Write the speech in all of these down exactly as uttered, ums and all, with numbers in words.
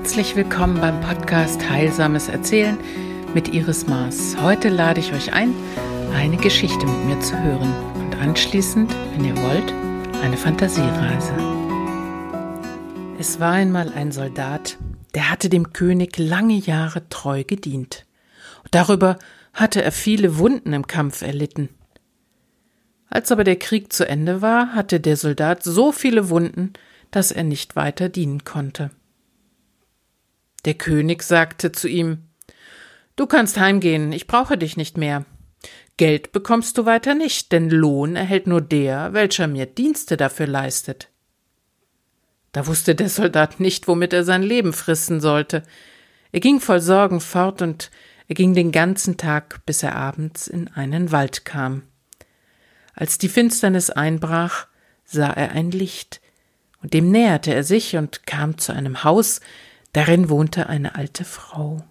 Herzlich willkommen beim Podcast Heilsames Erzählen mit Iris Maas. Heute lade ich euch ein, eine Geschichte mit mir zu hören und anschließend, wenn ihr wollt, eine Fantasiereise. Es war einmal ein Soldat, der hatte dem König lange Jahre treu gedient. Und darüber hatte er viele Wunden im Kampf erlitten. Als aber der Krieg zu Ende war, hatte der Soldat so viele Wunden, dass er nicht weiter dienen konnte. Der König sagte zu ihm: »Du kannst heimgehen, ich brauche dich nicht mehr. Geld bekommst du weiter nicht, denn Lohn erhält nur der, welcher mir Dienste dafür leistet.« Da wusste der Soldat nicht, womit er sein Leben fristen sollte. Er ging voll Sorgen fort und er ging den ganzen Tag, bis er abends in einen Wald kam. Als die Finsternis einbrach, sah er ein Licht, und dem näherte er sich und kam zu einem Haus, darin wohnte eine alte Frau.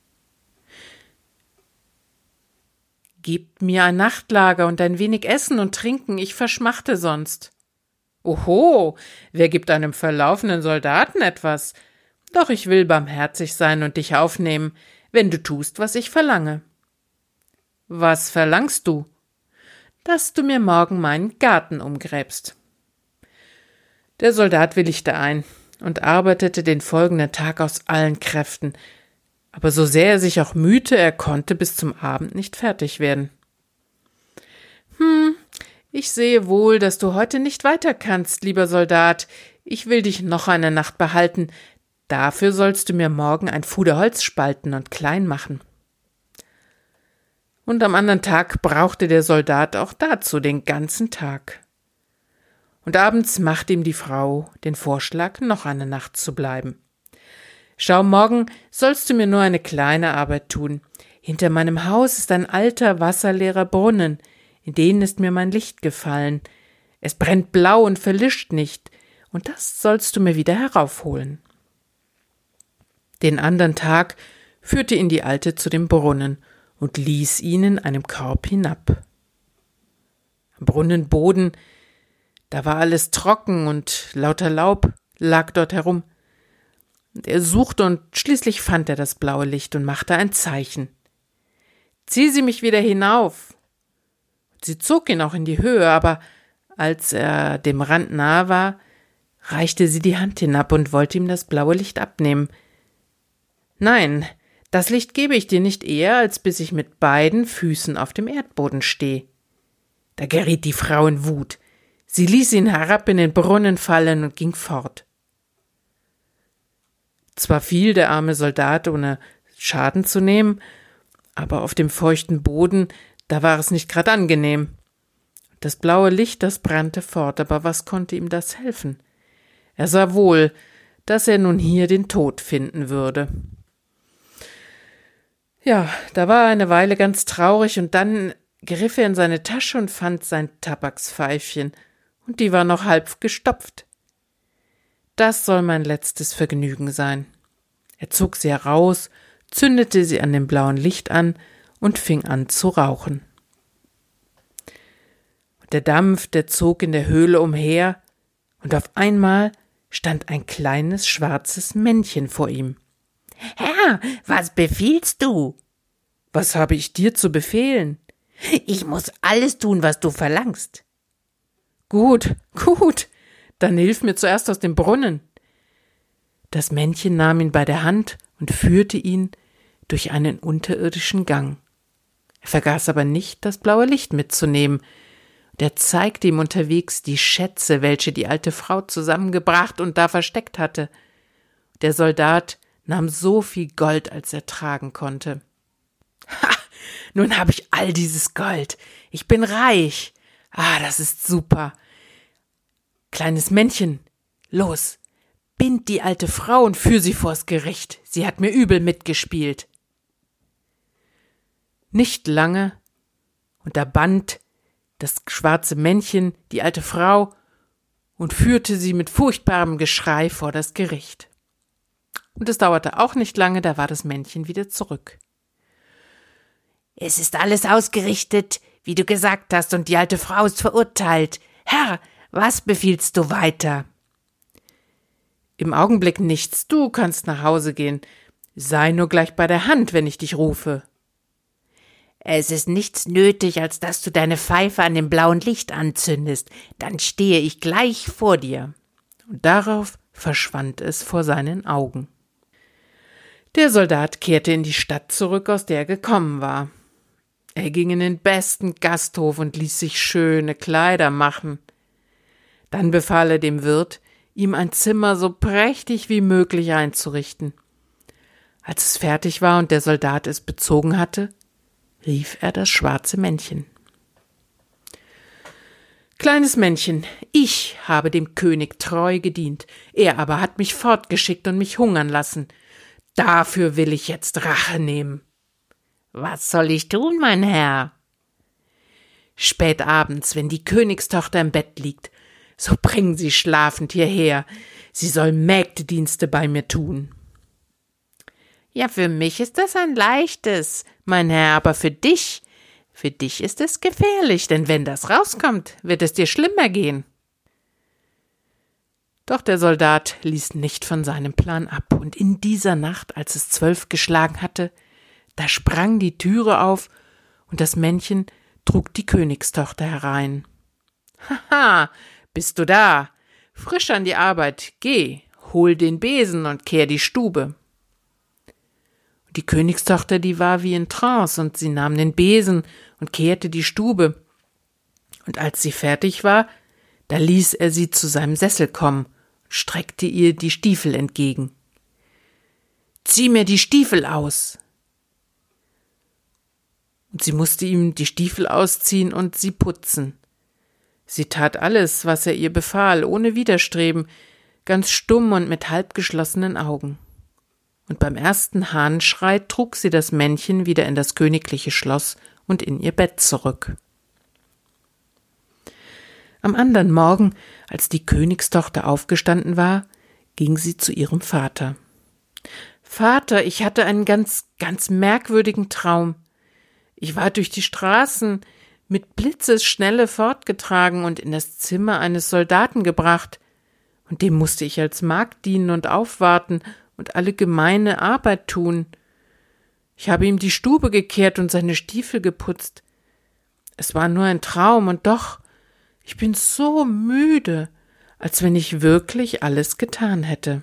»Gebt mir ein Nachtlager und ein wenig Essen und Trinken, ich verschmachte sonst.« »Oho, wer gibt einem verlaufenen Soldaten etwas? Doch ich will barmherzig sein und dich aufnehmen, wenn du tust, was ich verlange.« »Was verlangst du?« »Dass du mir morgen meinen Garten umgräbst.« Der Soldat willigte ein und arbeitete den folgenden Tag aus allen Kräften, aber so sehr er sich auch mühte, er konnte bis zum Abend nicht fertig werden. »Hm, ich sehe wohl, dass du heute nicht weiter kannst, lieber Soldat. Ich will dich noch eine Nacht behalten. Dafür sollst du mir morgen ein Fuder Holz spalten und klein machen.« Und am anderen Tag brauchte der Soldat auch dazu den ganzen Tag. Und abends machte ihm die Frau den Vorschlag, noch eine Nacht zu bleiben. »Schau, morgen sollst du mir nur eine kleine Arbeit tun. Hinter meinem Haus ist ein alter, wasserleerer Brunnen, in den ist mir mein Licht gefallen. Es brennt blau und verlischt nicht, und das sollst du mir wieder heraufholen.« Den andern Tag führte ihn die Alte zu dem Brunnen und ließ ihn in einem Korb hinab. Am Brunnenboden, da war alles trocken und lauter Laub lag dort herum. Und er suchte und schließlich fand er das blaue Licht und machte ein Zeichen. »Zieh sie mich wieder hinauf!« Sie zog ihn auch in die Höhe, aber als er dem Rand nahe war, reichte sie die Hand hinab und wollte ihm das blaue Licht abnehmen. »Nein, das Licht gebe ich dir nicht eher, als bis ich mit beiden Füßen auf dem Erdboden stehe.« Da geriet die Frau in Wut. Sie ließ ihn herab in den Brunnen fallen und ging fort. Zwar fiel der arme Soldat, ohne Schaden zu nehmen, aber auf dem feuchten Boden, da war es nicht grad angenehm. Das blaue Licht, das brannte fort, aber was konnte ihm das helfen? Er sah wohl, dass er nun hier den Tod finden würde. Ja, da war er eine Weile ganz traurig, und dann griff er in seine Tasche und fand sein Tabakspfeifchen, und die war noch halb gestopft. »Das soll mein letztes Vergnügen sein.« Er zog sie heraus, zündete sie an dem blauen Licht an und fing an zu rauchen. Und der Dampf, der zog in der Höhle umher, und auf einmal stand ein kleines schwarzes Männchen vor ihm. »Herr, was befiehlst du?« »Was habe ich dir zu befehlen?« »Ich muss alles tun, was du verlangst.« »Gut, gut, dann hilf mir zuerst aus dem Brunnen.« Das Männchen nahm ihn bei der Hand und führte ihn durch einen unterirdischen Gang. Er vergaß aber nicht, das blaue Licht mitzunehmen, und er zeigte ihm unterwegs die Schätze, welche die alte Frau zusammengebracht und da versteckt hatte. Der Soldat nahm so viel Gold, als er tragen konnte. »Ha, nun habe ich all dieses Gold. Ich bin reich. Ah, das ist super. Kleines Männchen, los, bind die alte Frau und führ sie vors Gericht. Sie hat mir übel mitgespielt.« Nicht lange, und da band das schwarze Männchen die alte Frau und führte sie mit furchtbarem Geschrei vor das Gericht. Und es dauerte auch nicht lange, da war das Männchen wieder zurück. »Es ist alles ausgerichtet, wie du gesagt hast, und die alte Frau ist verurteilt. Herr, was befiehlst du weiter?« Im Augenblick nichts, du kannst nach Hause gehen. Sei nur gleich bei der Hand, wenn ich dich rufe. Es ist nichts nötig, als dass du deine Pfeife an dem blauen Licht anzündest, dann stehe ich gleich vor dir. Und darauf verschwand es vor seinen Augen. Der Soldat kehrte in die Stadt zurück, aus der er gekommen war. Er ging in den besten Gasthof und ließ sich schöne Kleider machen. Dann befahl er dem Wirt, ihm ein Zimmer so prächtig wie möglich einzurichten. Als es fertig war und der Soldat es bezogen hatte, rief er das schwarze Männchen. »Kleines Männchen, ich habe dem König treu gedient, er aber hat mich fortgeschickt und mich hungern lassen. Dafür will ich jetzt Rache nehmen.« »Was soll ich tun, mein Herr?« »Spät abends, wenn die Königstochter im Bett liegt, so bringen Sie schlafend hierher, sie soll Mägdedienste bei mir tun.« »Ja, für mich ist das ein leichtes, mein Herr, aber für dich, für dich ist es gefährlich, denn wenn das rauskommt, wird es dir schlimmer gehen.« Doch der Soldat ließ nicht von seinem Plan ab, und in dieser Nacht, als es zwölf geschlagen hatte, da sprang die Türe auf, und das Männchen trug die Königstochter herein. »Haha, bist du da? Frisch an die Arbeit, geh, hol den Besen und kehr die Stube.« Die Königstochter, die war wie in Trance, und sie nahm den Besen und kehrte die Stube. Und als sie fertig war, da ließ er sie zu seinem Sessel kommen und streckte ihr die Stiefel entgegen. »Zieh mir die Stiefel aus!« Und sie musste ihm die Stiefel ausziehen und sie putzen. Sie tat alles, was er ihr befahl, ohne Widerstreben, ganz stumm und mit halbgeschlossenen Augen. Und beim ersten Hahnenschrei trug sie das Männchen wieder in das königliche Schloss und in ihr Bett zurück. Am andern Morgen, als die Königstochter aufgestanden war, ging sie zu ihrem Vater. »Vater, ich hatte einen ganz, ganz merkwürdigen Traum. Ich war durch die Straßen mit Blitzesschnelle fortgetragen und in das Zimmer eines Soldaten gebracht, und dem musste ich als Magd dienen und aufwarten und alle gemeine Arbeit tun. Ich habe ihm die Stube gekehrt und seine Stiefel geputzt. Es war nur ein Traum, und doch, ich bin so müde, als wenn ich wirklich alles getan hätte.«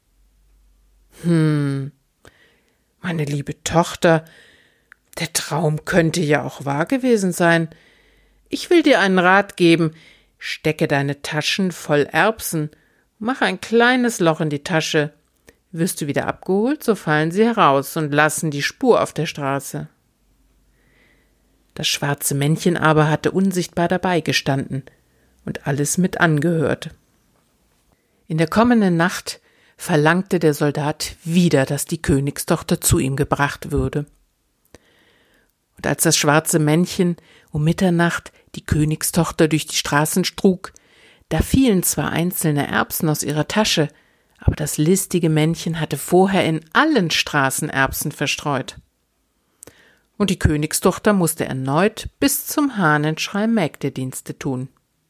»Hm, meine liebe Tochter, der Traum könnte ja auch wahr gewesen sein. Ich will dir einen Rat geben. Stecke deine Taschen voll Erbsen, mach ein kleines Loch in die Tasche. Wirst du wieder abgeholt, so fallen sie heraus und lassen die Spur auf der Straße.« Das schwarze Männchen aber hatte unsichtbar dabei gestanden und alles mit angehört. In der kommenden Nacht verlangte der Soldat wieder, dass die Königstochter zu ihm gebracht würde. Und als das schwarze Männchen um Mitternacht die Königstochter durch die Straßen trug, da fielen zwar einzelne Erbsen aus ihrer Tasche, aber das listige Männchen hatte vorher in allen Straßen Erbsen verstreut. Und die Königstochter musste erneut bis zum Hahnenschrei Mägdedienste tun.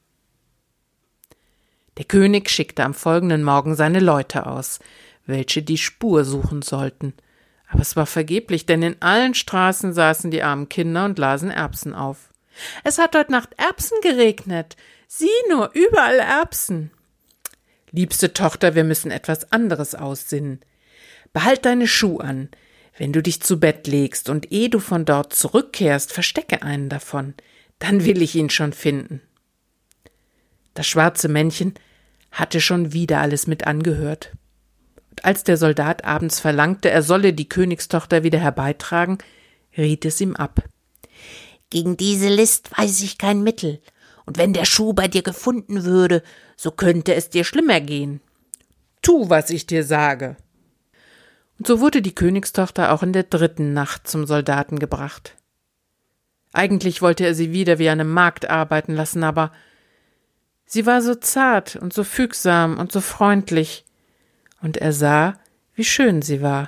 Der König schickte am folgenden Morgen seine Leute aus, welche die Spur suchen sollten. Aber es war vergeblich, denn in allen Straßen saßen die armen Kinder und lasen Erbsen auf. »Es hat heute Nacht Erbsen geregnet. Sieh nur, überall Erbsen.« »Liebste Tochter, wir müssen etwas anderes aussinnen. Behalt deine Schuhe an, wenn du dich zu Bett legst, und ehe du von dort zurückkehrst, verstecke einen davon. Dann will ich ihn schon finden.« Das schwarze Männchen hatte schon wieder alles mit angehört. Und als der Soldat abends verlangte, er solle die Königstochter wieder herbeitragen, riet es ihm ab. »Gegen diese List weiß ich kein Mittel, und wenn der Schuh bei dir gefunden würde, so könnte es dir schlimmer gehen.« »Tu, was ich dir sage.« Und so wurde die Königstochter auch in der dritten Nacht zum Soldaten gebracht. Eigentlich wollte er sie wieder wie eine Magd arbeiten lassen, aber sie war so zart und so fügsam und so freundlich, und er sah, wie schön sie war.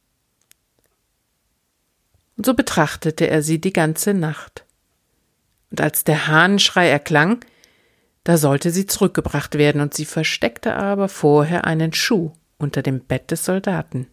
Und so betrachtete er sie die ganze Nacht. Und als der Hahnenschrei erklang, Da sollte sie zurückgebracht werden, und sie versteckte aber vorher einen Schuh unter dem Bett des Soldaten.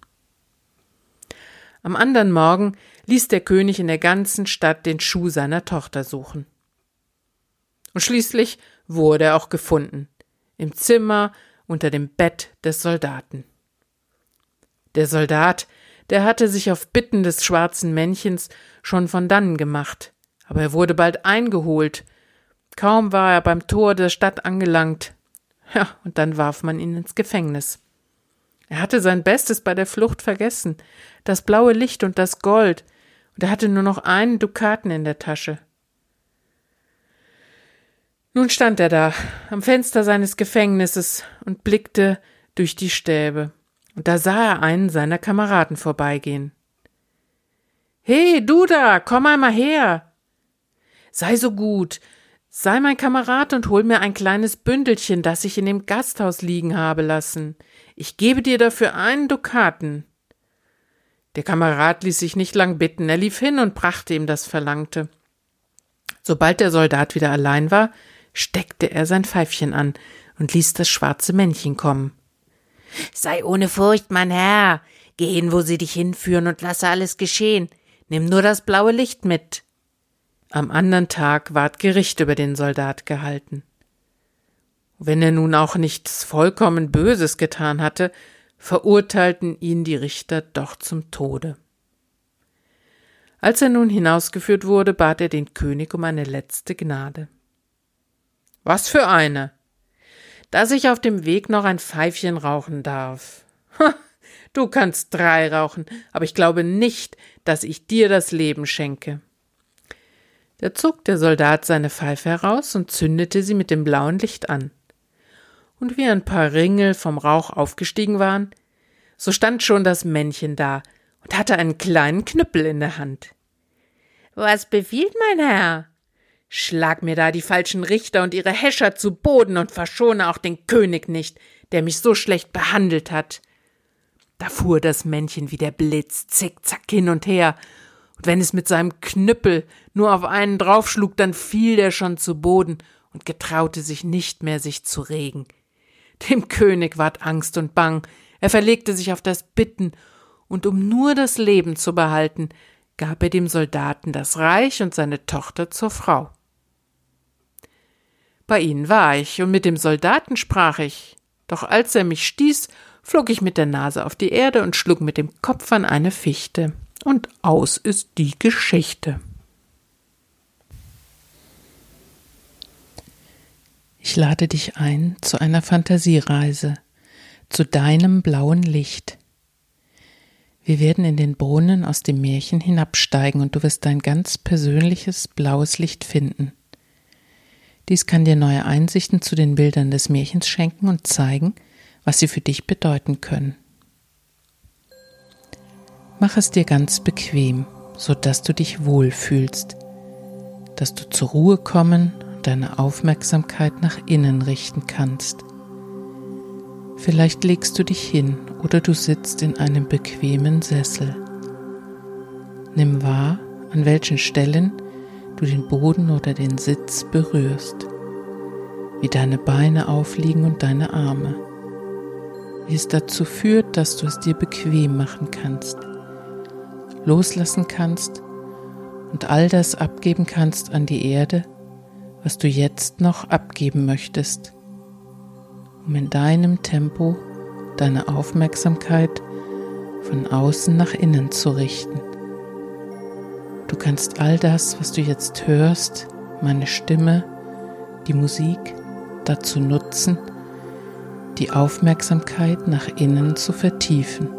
Am anderen Morgen ließ der König in der ganzen Stadt den Schuh seiner Tochter suchen. Und schließlich wurde er auch gefunden, im Zimmer unter dem Bett des Soldaten. Der Soldat, der hatte sich auf Bitten des schwarzen Männchens schon von dannen gemacht, aber er wurde bald eingeholt. Kaum war er beim Tor der Stadt angelangt, ja, und dann warf man ihn ins Gefängnis. Er hatte sein Bestes bei der Flucht vergessen, das blaue Licht und das Gold, und er hatte nur noch einen Dukaten in der Tasche. Nun stand er da, am Fenster seines Gefängnisses und blickte durch die Stäbe, und da sah er einen seiner Kameraden vorbeigehen. »He, du da, komm einmal her! Sei so gut, sei mein Kamerad und hol mir ein kleines Bündelchen, das ich in dem Gasthaus liegen habe lassen. Ich gebe dir dafür einen Dukaten.« Der Kamerad ließ sich nicht lang bitten, er lief hin und brachte ihm das Verlangte. Sobald der Soldat wieder allein war, steckte er sein Pfeifchen an und ließ das schwarze Männchen kommen. »Sei ohne Furcht, mein Herr, geh hin, wo sie dich hinführen, und lasse alles geschehen. Nimm nur das blaue Licht mit.« Am anderen Tag ward Gericht über den Soldat gehalten. Wenn er nun auch nichts vollkommen Böses getan hatte, verurteilten ihn die Richter doch zum Tode. Als er nun hinausgeführt wurde, bat er den König um eine letzte Gnade. »Was für eine?« »Dass ich auf dem Weg noch ein Pfeifchen rauchen darf.« »Ha, du kannst drei rauchen, aber ich glaube nicht, dass ich dir das Leben schenke.« Da zog der Soldat seine Pfeife heraus und zündete sie mit dem blauen Licht an. Und wie ein paar Ringel vom Rauch aufgestiegen waren, so stand schon das Männchen da und hatte einen kleinen Knüppel in der Hand. »Was befiehlt mein Herr?« »Schlag mir da die falschen Richter und ihre Häscher zu Boden und verschone auch den König nicht, der mich so schlecht behandelt hat.« Da fuhr das Männchen wie der Blitz zickzack hin und her, und wenn es mit seinem Knüppel nur auf einen draufschlug, dann fiel der schon zu Boden und getraute sich nicht mehr, sich zu regen. Dem König ward Angst und Bang, er verlegte sich auf das Bitten, und um nur das Leben zu behalten, gab er dem Soldaten das Reich und seine Tochter zur Frau. Bei ihnen war ich, und mit dem Soldaten sprach ich, doch als er mich stieß, flog ich mit der Nase auf die Erde und schlug mit dem Kopf an eine Fichte. Und aus ist die Geschichte. Ich lade dich ein zu einer Fantasiereise, zu deinem blauen Licht. Wir werden in den Brunnen aus dem Märchen hinabsteigen, und du wirst dein ganz persönliches blaues Licht finden. Dies kann dir neue Einsichten zu den Bildern des Märchens schenken und zeigen, was sie für dich bedeuten können. Mach es dir ganz bequem, so dass du dich wohlfühlst, dass du zur Ruhe kommen und deine Aufmerksamkeit nach innen richten kannst. Vielleicht legst du dich hin oder du sitzt in einem bequemen Sessel. Nimm wahr, an welchen Stellen du den Boden oder den Sitz berührst, wie deine Beine aufliegen und deine Arme, wie es dazu führt, dass du es dir bequem machen kannst, loslassen kannst und all das abgeben kannst an die Erde, was du jetzt noch abgeben möchtest, um in deinem Tempo deine Aufmerksamkeit von außen nach innen zu richten. Du kannst all das, was du jetzt hörst, meine Stimme, die Musik, dazu nutzen, die Aufmerksamkeit nach innen zu vertiefen.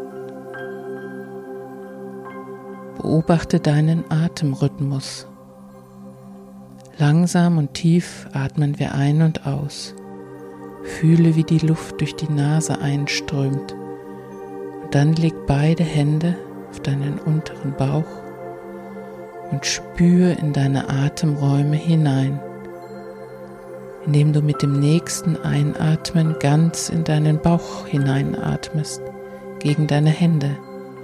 Beobachte deinen Atemrhythmus. Langsam und tief atmen wir ein und aus. Fühle, wie die Luft durch die Nase einströmt. Und dann leg beide Hände auf deinen unteren Bauch und spür in deine Atemräume hinein, indem du mit dem nächsten Einatmen ganz in deinen Bauch hineinatmest, gegen deine Hände.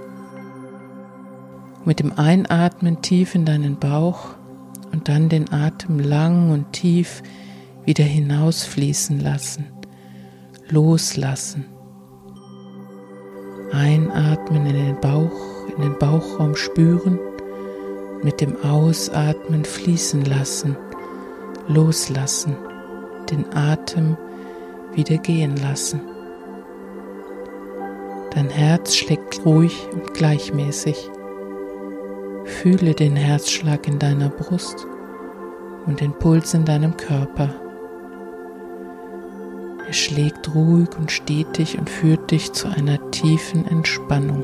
Mit dem Einatmen tief in deinen Bauch und dann den Atem lang und tief wieder hinausfließen lassen, loslassen. Einatmen in den Bauch, in den Bauchraum spüren, mit dem Ausatmen fließen lassen, loslassen, den Atem wieder gehen lassen. Dein Herz schlägt ruhig und gleichmäßig. Fühle den Herzschlag in deiner Brust und den Puls in deinem Körper. Er schlägt ruhig und stetig und führt dich zu einer tiefen Entspannung.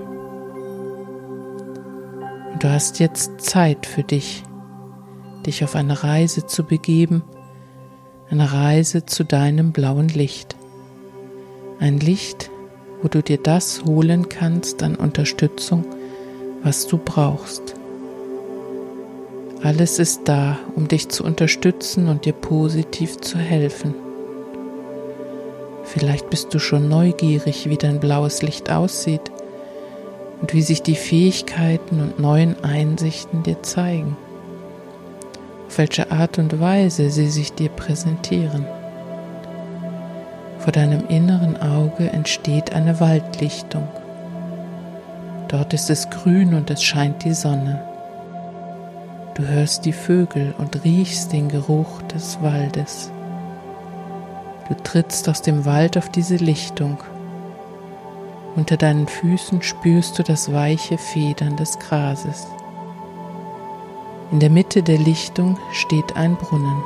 Und du hast jetzt Zeit für dich, dich auf eine Reise zu begeben, eine Reise zu deinem blauen Licht. Ein Licht, wo du dir das holen kannst an Unterstützung, was du brauchst. Alles ist da, um dich zu unterstützen und dir positiv zu helfen. Vielleicht bist du schon neugierig, wie dein blaues Licht aussieht und wie sich die Fähigkeiten und neuen Einsichten dir zeigen, auf welche Art und Weise sie sich dir präsentieren. Vor deinem inneren Auge entsteht eine Waldlichtung. Dort ist es grün und es scheint die Sonne. Du hörst die Vögel und riechst den Geruch des Waldes. Du trittst aus dem Wald auf diese Lichtung. Unter deinen Füßen spürst du das weiche Federn des Grases. In der Mitte der Lichtung steht ein Brunnen.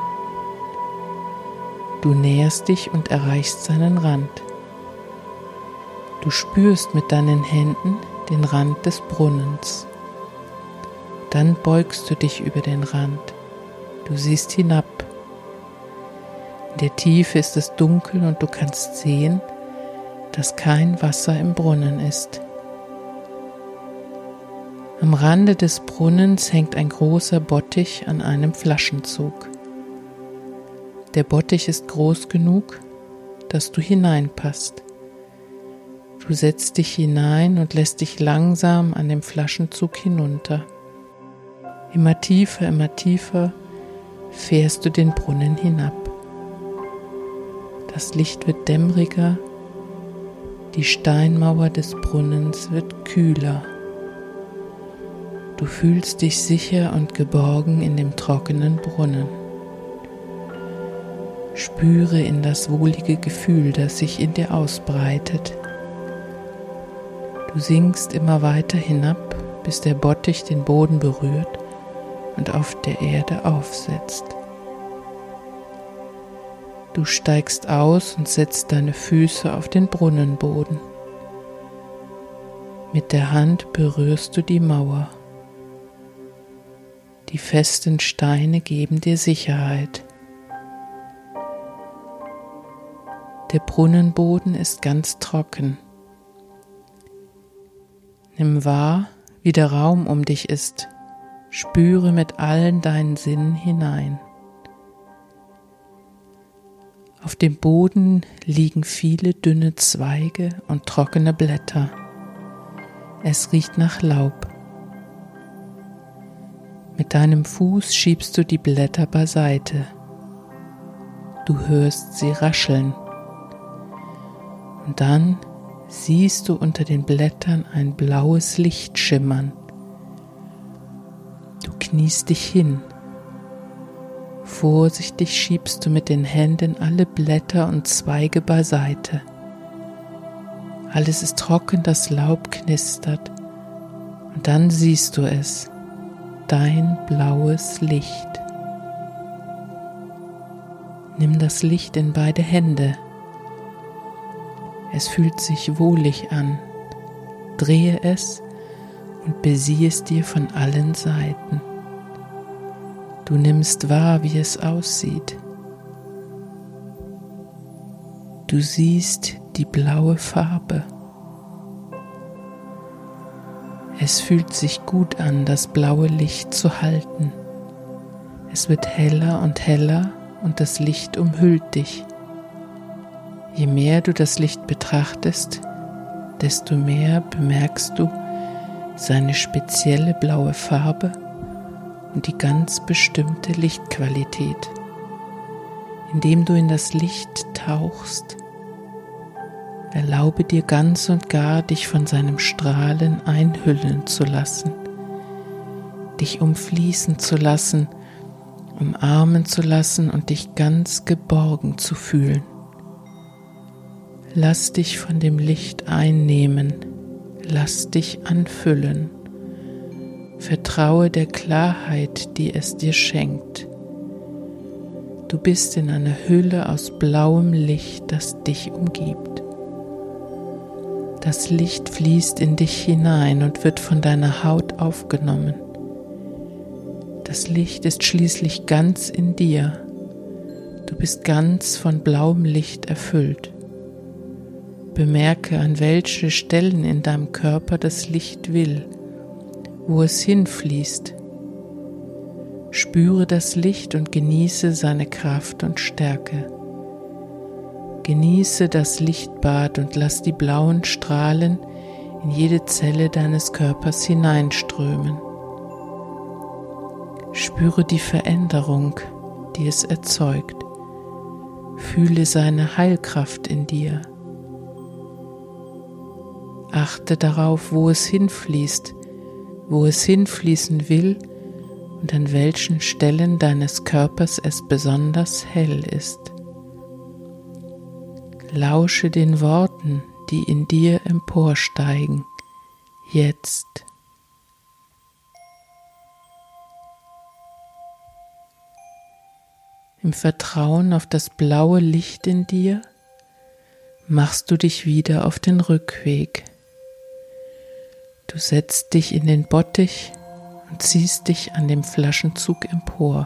Du näherst dich und erreichst seinen Rand. Du spürst mit deinen Händen den Rand des Brunnens. Dann beugst du dich über den Rand. Du siehst hinab. In der Tiefe ist es dunkel und du kannst sehen, dass kein Wasser im Brunnen ist. Am Rande des Brunnens hängt ein großer Bottich an einem Flaschenzug. Der Bottich ist groß genug, dass du hineinpasst. Du setzt dich hinein und lässt dich langsam an dem Flaschenzug hinunter. Immer tiefer, immer tiefer fährst du den Brunnen hinab. Das Licht wird dämmeriger, die Steinmauer des Brunnens wird kühler. Du fühlst dich sicher und geborgen in dem trockenen Brunnen. Spüre in das wohlige Gefühl, das sich in dir ausbreitet. Du sinkst immer weiter hinab, bis der Bottich den Boden berührt und auf der Erde aufsetzt. Du steigst aus und setzt deine Füße auf den Brunnenboden. Mit der Hand berührst du die Mauer. Die festen Steine geben dir Sicherheit. Der Brunnenboden ist ganz trocken. Nimm wahr, wie der Raum um dich ist. Spüre mit allen deinen Sinnen hinein. Auf dem Boden liegen viele dünne Zweige und trockene Blätter. Es riecht nach Laub. Mit deinem Fuß schiebst du die Blätter beiseite. Du hörst sie rascheln. Und dann siehst du unter den Blättern ein blaues Licht schimmern. Du kniest dich hin. Vorsichtig schiebst du mit den Händen alle Blätter und Zweige beiseite. Alles ist trocken, das Laub knistert. Und dann siehst du es, dein blaues Licht. Nimm das Licht in beide Hände. Es fühlt sich wohlig an. Drehe es und besiehe es dir von allen Seiten. Du nimmst wahr, wie es aussieht. Du siehst die blaue Farbe. Es fühlt sich gut an, das blaue Licht zu halten. Es wird heller und heller und das Licht umhüllt dich. Je mehr du das Licht betrachtest, desto mehr bemerkst du seine spezielle blaue Farbe und die ganz bestimmte Lichtqualität. indem du in das Licht tauchst. Erlaube dir ganz und gar, dich von seinem Strahlen einhüllen zu lassen, dich umfließen zu lassen, umarmen zu lassen und dich ganz geborgen zu fühlen. Lass dich von dem Licht einnehmen, lass dich anfüllen. Vertraue der Klarheit, die es dir schenkt. Du bist in einer Hülle aus blauem Licht, das dich umgibt. Das Licht fließt in dich hinein und wird von deiner Haut aufgenommen. Das Licht ist schließlich ganz in dir. Du bist ganz von blauem Licht erfüllt. Bemerke, an welche Stellen in deinem Körper das Licht will, wo es hinfließt. Spüre das Licht und genieße seine Kraft und Stärke. Genieße das Lichtbad und lass die blauen Strahlen in jede Zelle deines Körpers hineinströmen. Spüre die Veränderung, die es erzeugt. Fühle seine Heilkraft in dir. Achte darauf, wo es hinfließt, wo es hinfließen will und an welchen Stellen deines Körpers es besonders hell ist. Lausche den Worten, die in dir emporsteigen, jetzt. Im Vertrauen auf das blaue Licht in dir machst du dich wieder auf den Rückweg. Du setzt dich in den Bottich und ziehst dich an dem Flaschenzug empor.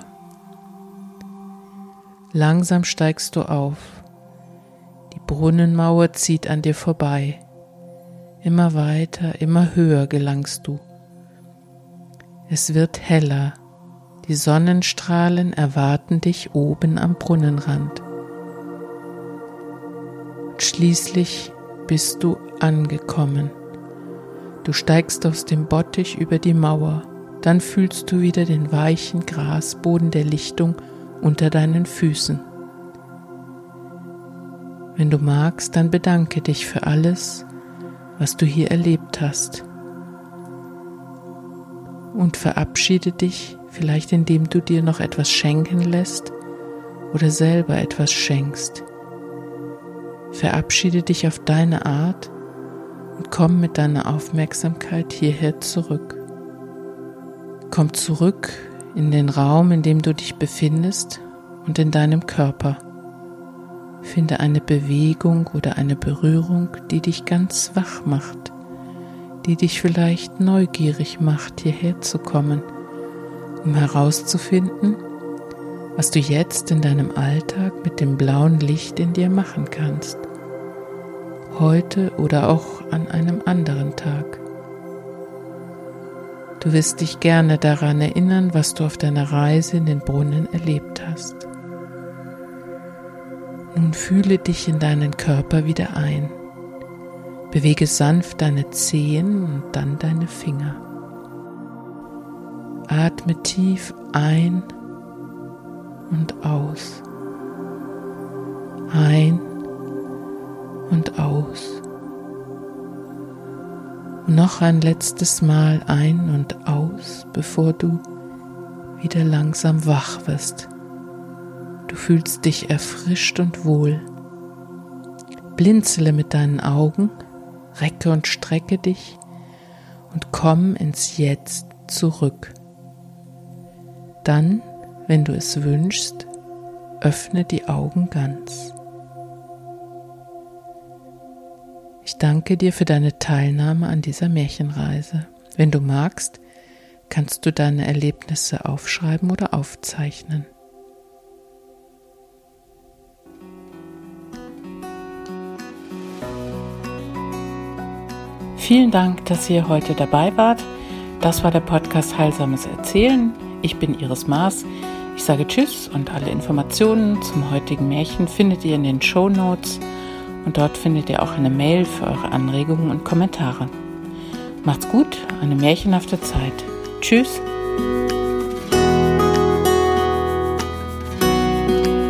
Langsam steigst du auf. Die Brunnenmauer zieht an dir vorbei. Immer weiter, immer höher gelangst du. Es wird heller. Die Sonnenstrahlen erwarten dich oben am Brunnenrand. Und schließlich bist du angekommen. Du steigst aus dem Bottich über die Mauer, dann fühlst du wieder den weichen Grasboden der Lichtung unter deinen Füßen. Wenn du magst, dann bedanke dich für alles, was du hier erlebt hast. Und verabschiede dich, vielleicht indem du dir noch etwas schenken lässt oder selber etwas schenkst. Verabschiede dich auf deine Art und komm mit deiner Aufmerksamkeit hierher zurück. Komm zurück in den Raum, in dem du dich befindest und in deinem Körper. Finde eine Bewegung oder eine Berührung, die dich ganz wach macht, die dich vielleicht neugierig macht, hierher zu kommen, um herauszufinden, was du jetzt in deinem Alltag mit dem blauen Licht in dir machen kannst. Heute oder auch an einem anderen Tag. Du wirst dich gerne daran erinnern, was du auf deiner Reise in den Brunnen erlebt hast. Nun fühle dich in deinen Körper wieder ein. Bewege sanft deine Zehen und dann deine Finger. Atme tief ein und aus. Ein und aus. Und noch ein letztes Mal ein und aus, bevor du wieder langsam wach wirst. Du fühlst dich erfrischt und wohl. Blinzele mit deinen Augen, recke und strecke dich und komm ins Jetzt zurück. Dann, wenn du es wünschst, öffne die Augen ganz. Ich danke dir für deine Teilnahme an dieser Märchenreise. Wenn du magst, kannst du deine Erlebnisse aufschreiben oder aufzeichnen. Vielen Dank, dass ihr heute dabei wart. Das war der Podcast Heilsames Erzählen. Ich bin Iris Maas. Ich sage Tschüss und alle Informationen zum heutigen Märchen findet ihr in den Shownotes und dort findet ihr auch eine Mail für eure Anregungen und Kommentare. Macht's gut, eine märchenhafte Zeit. Tschüss.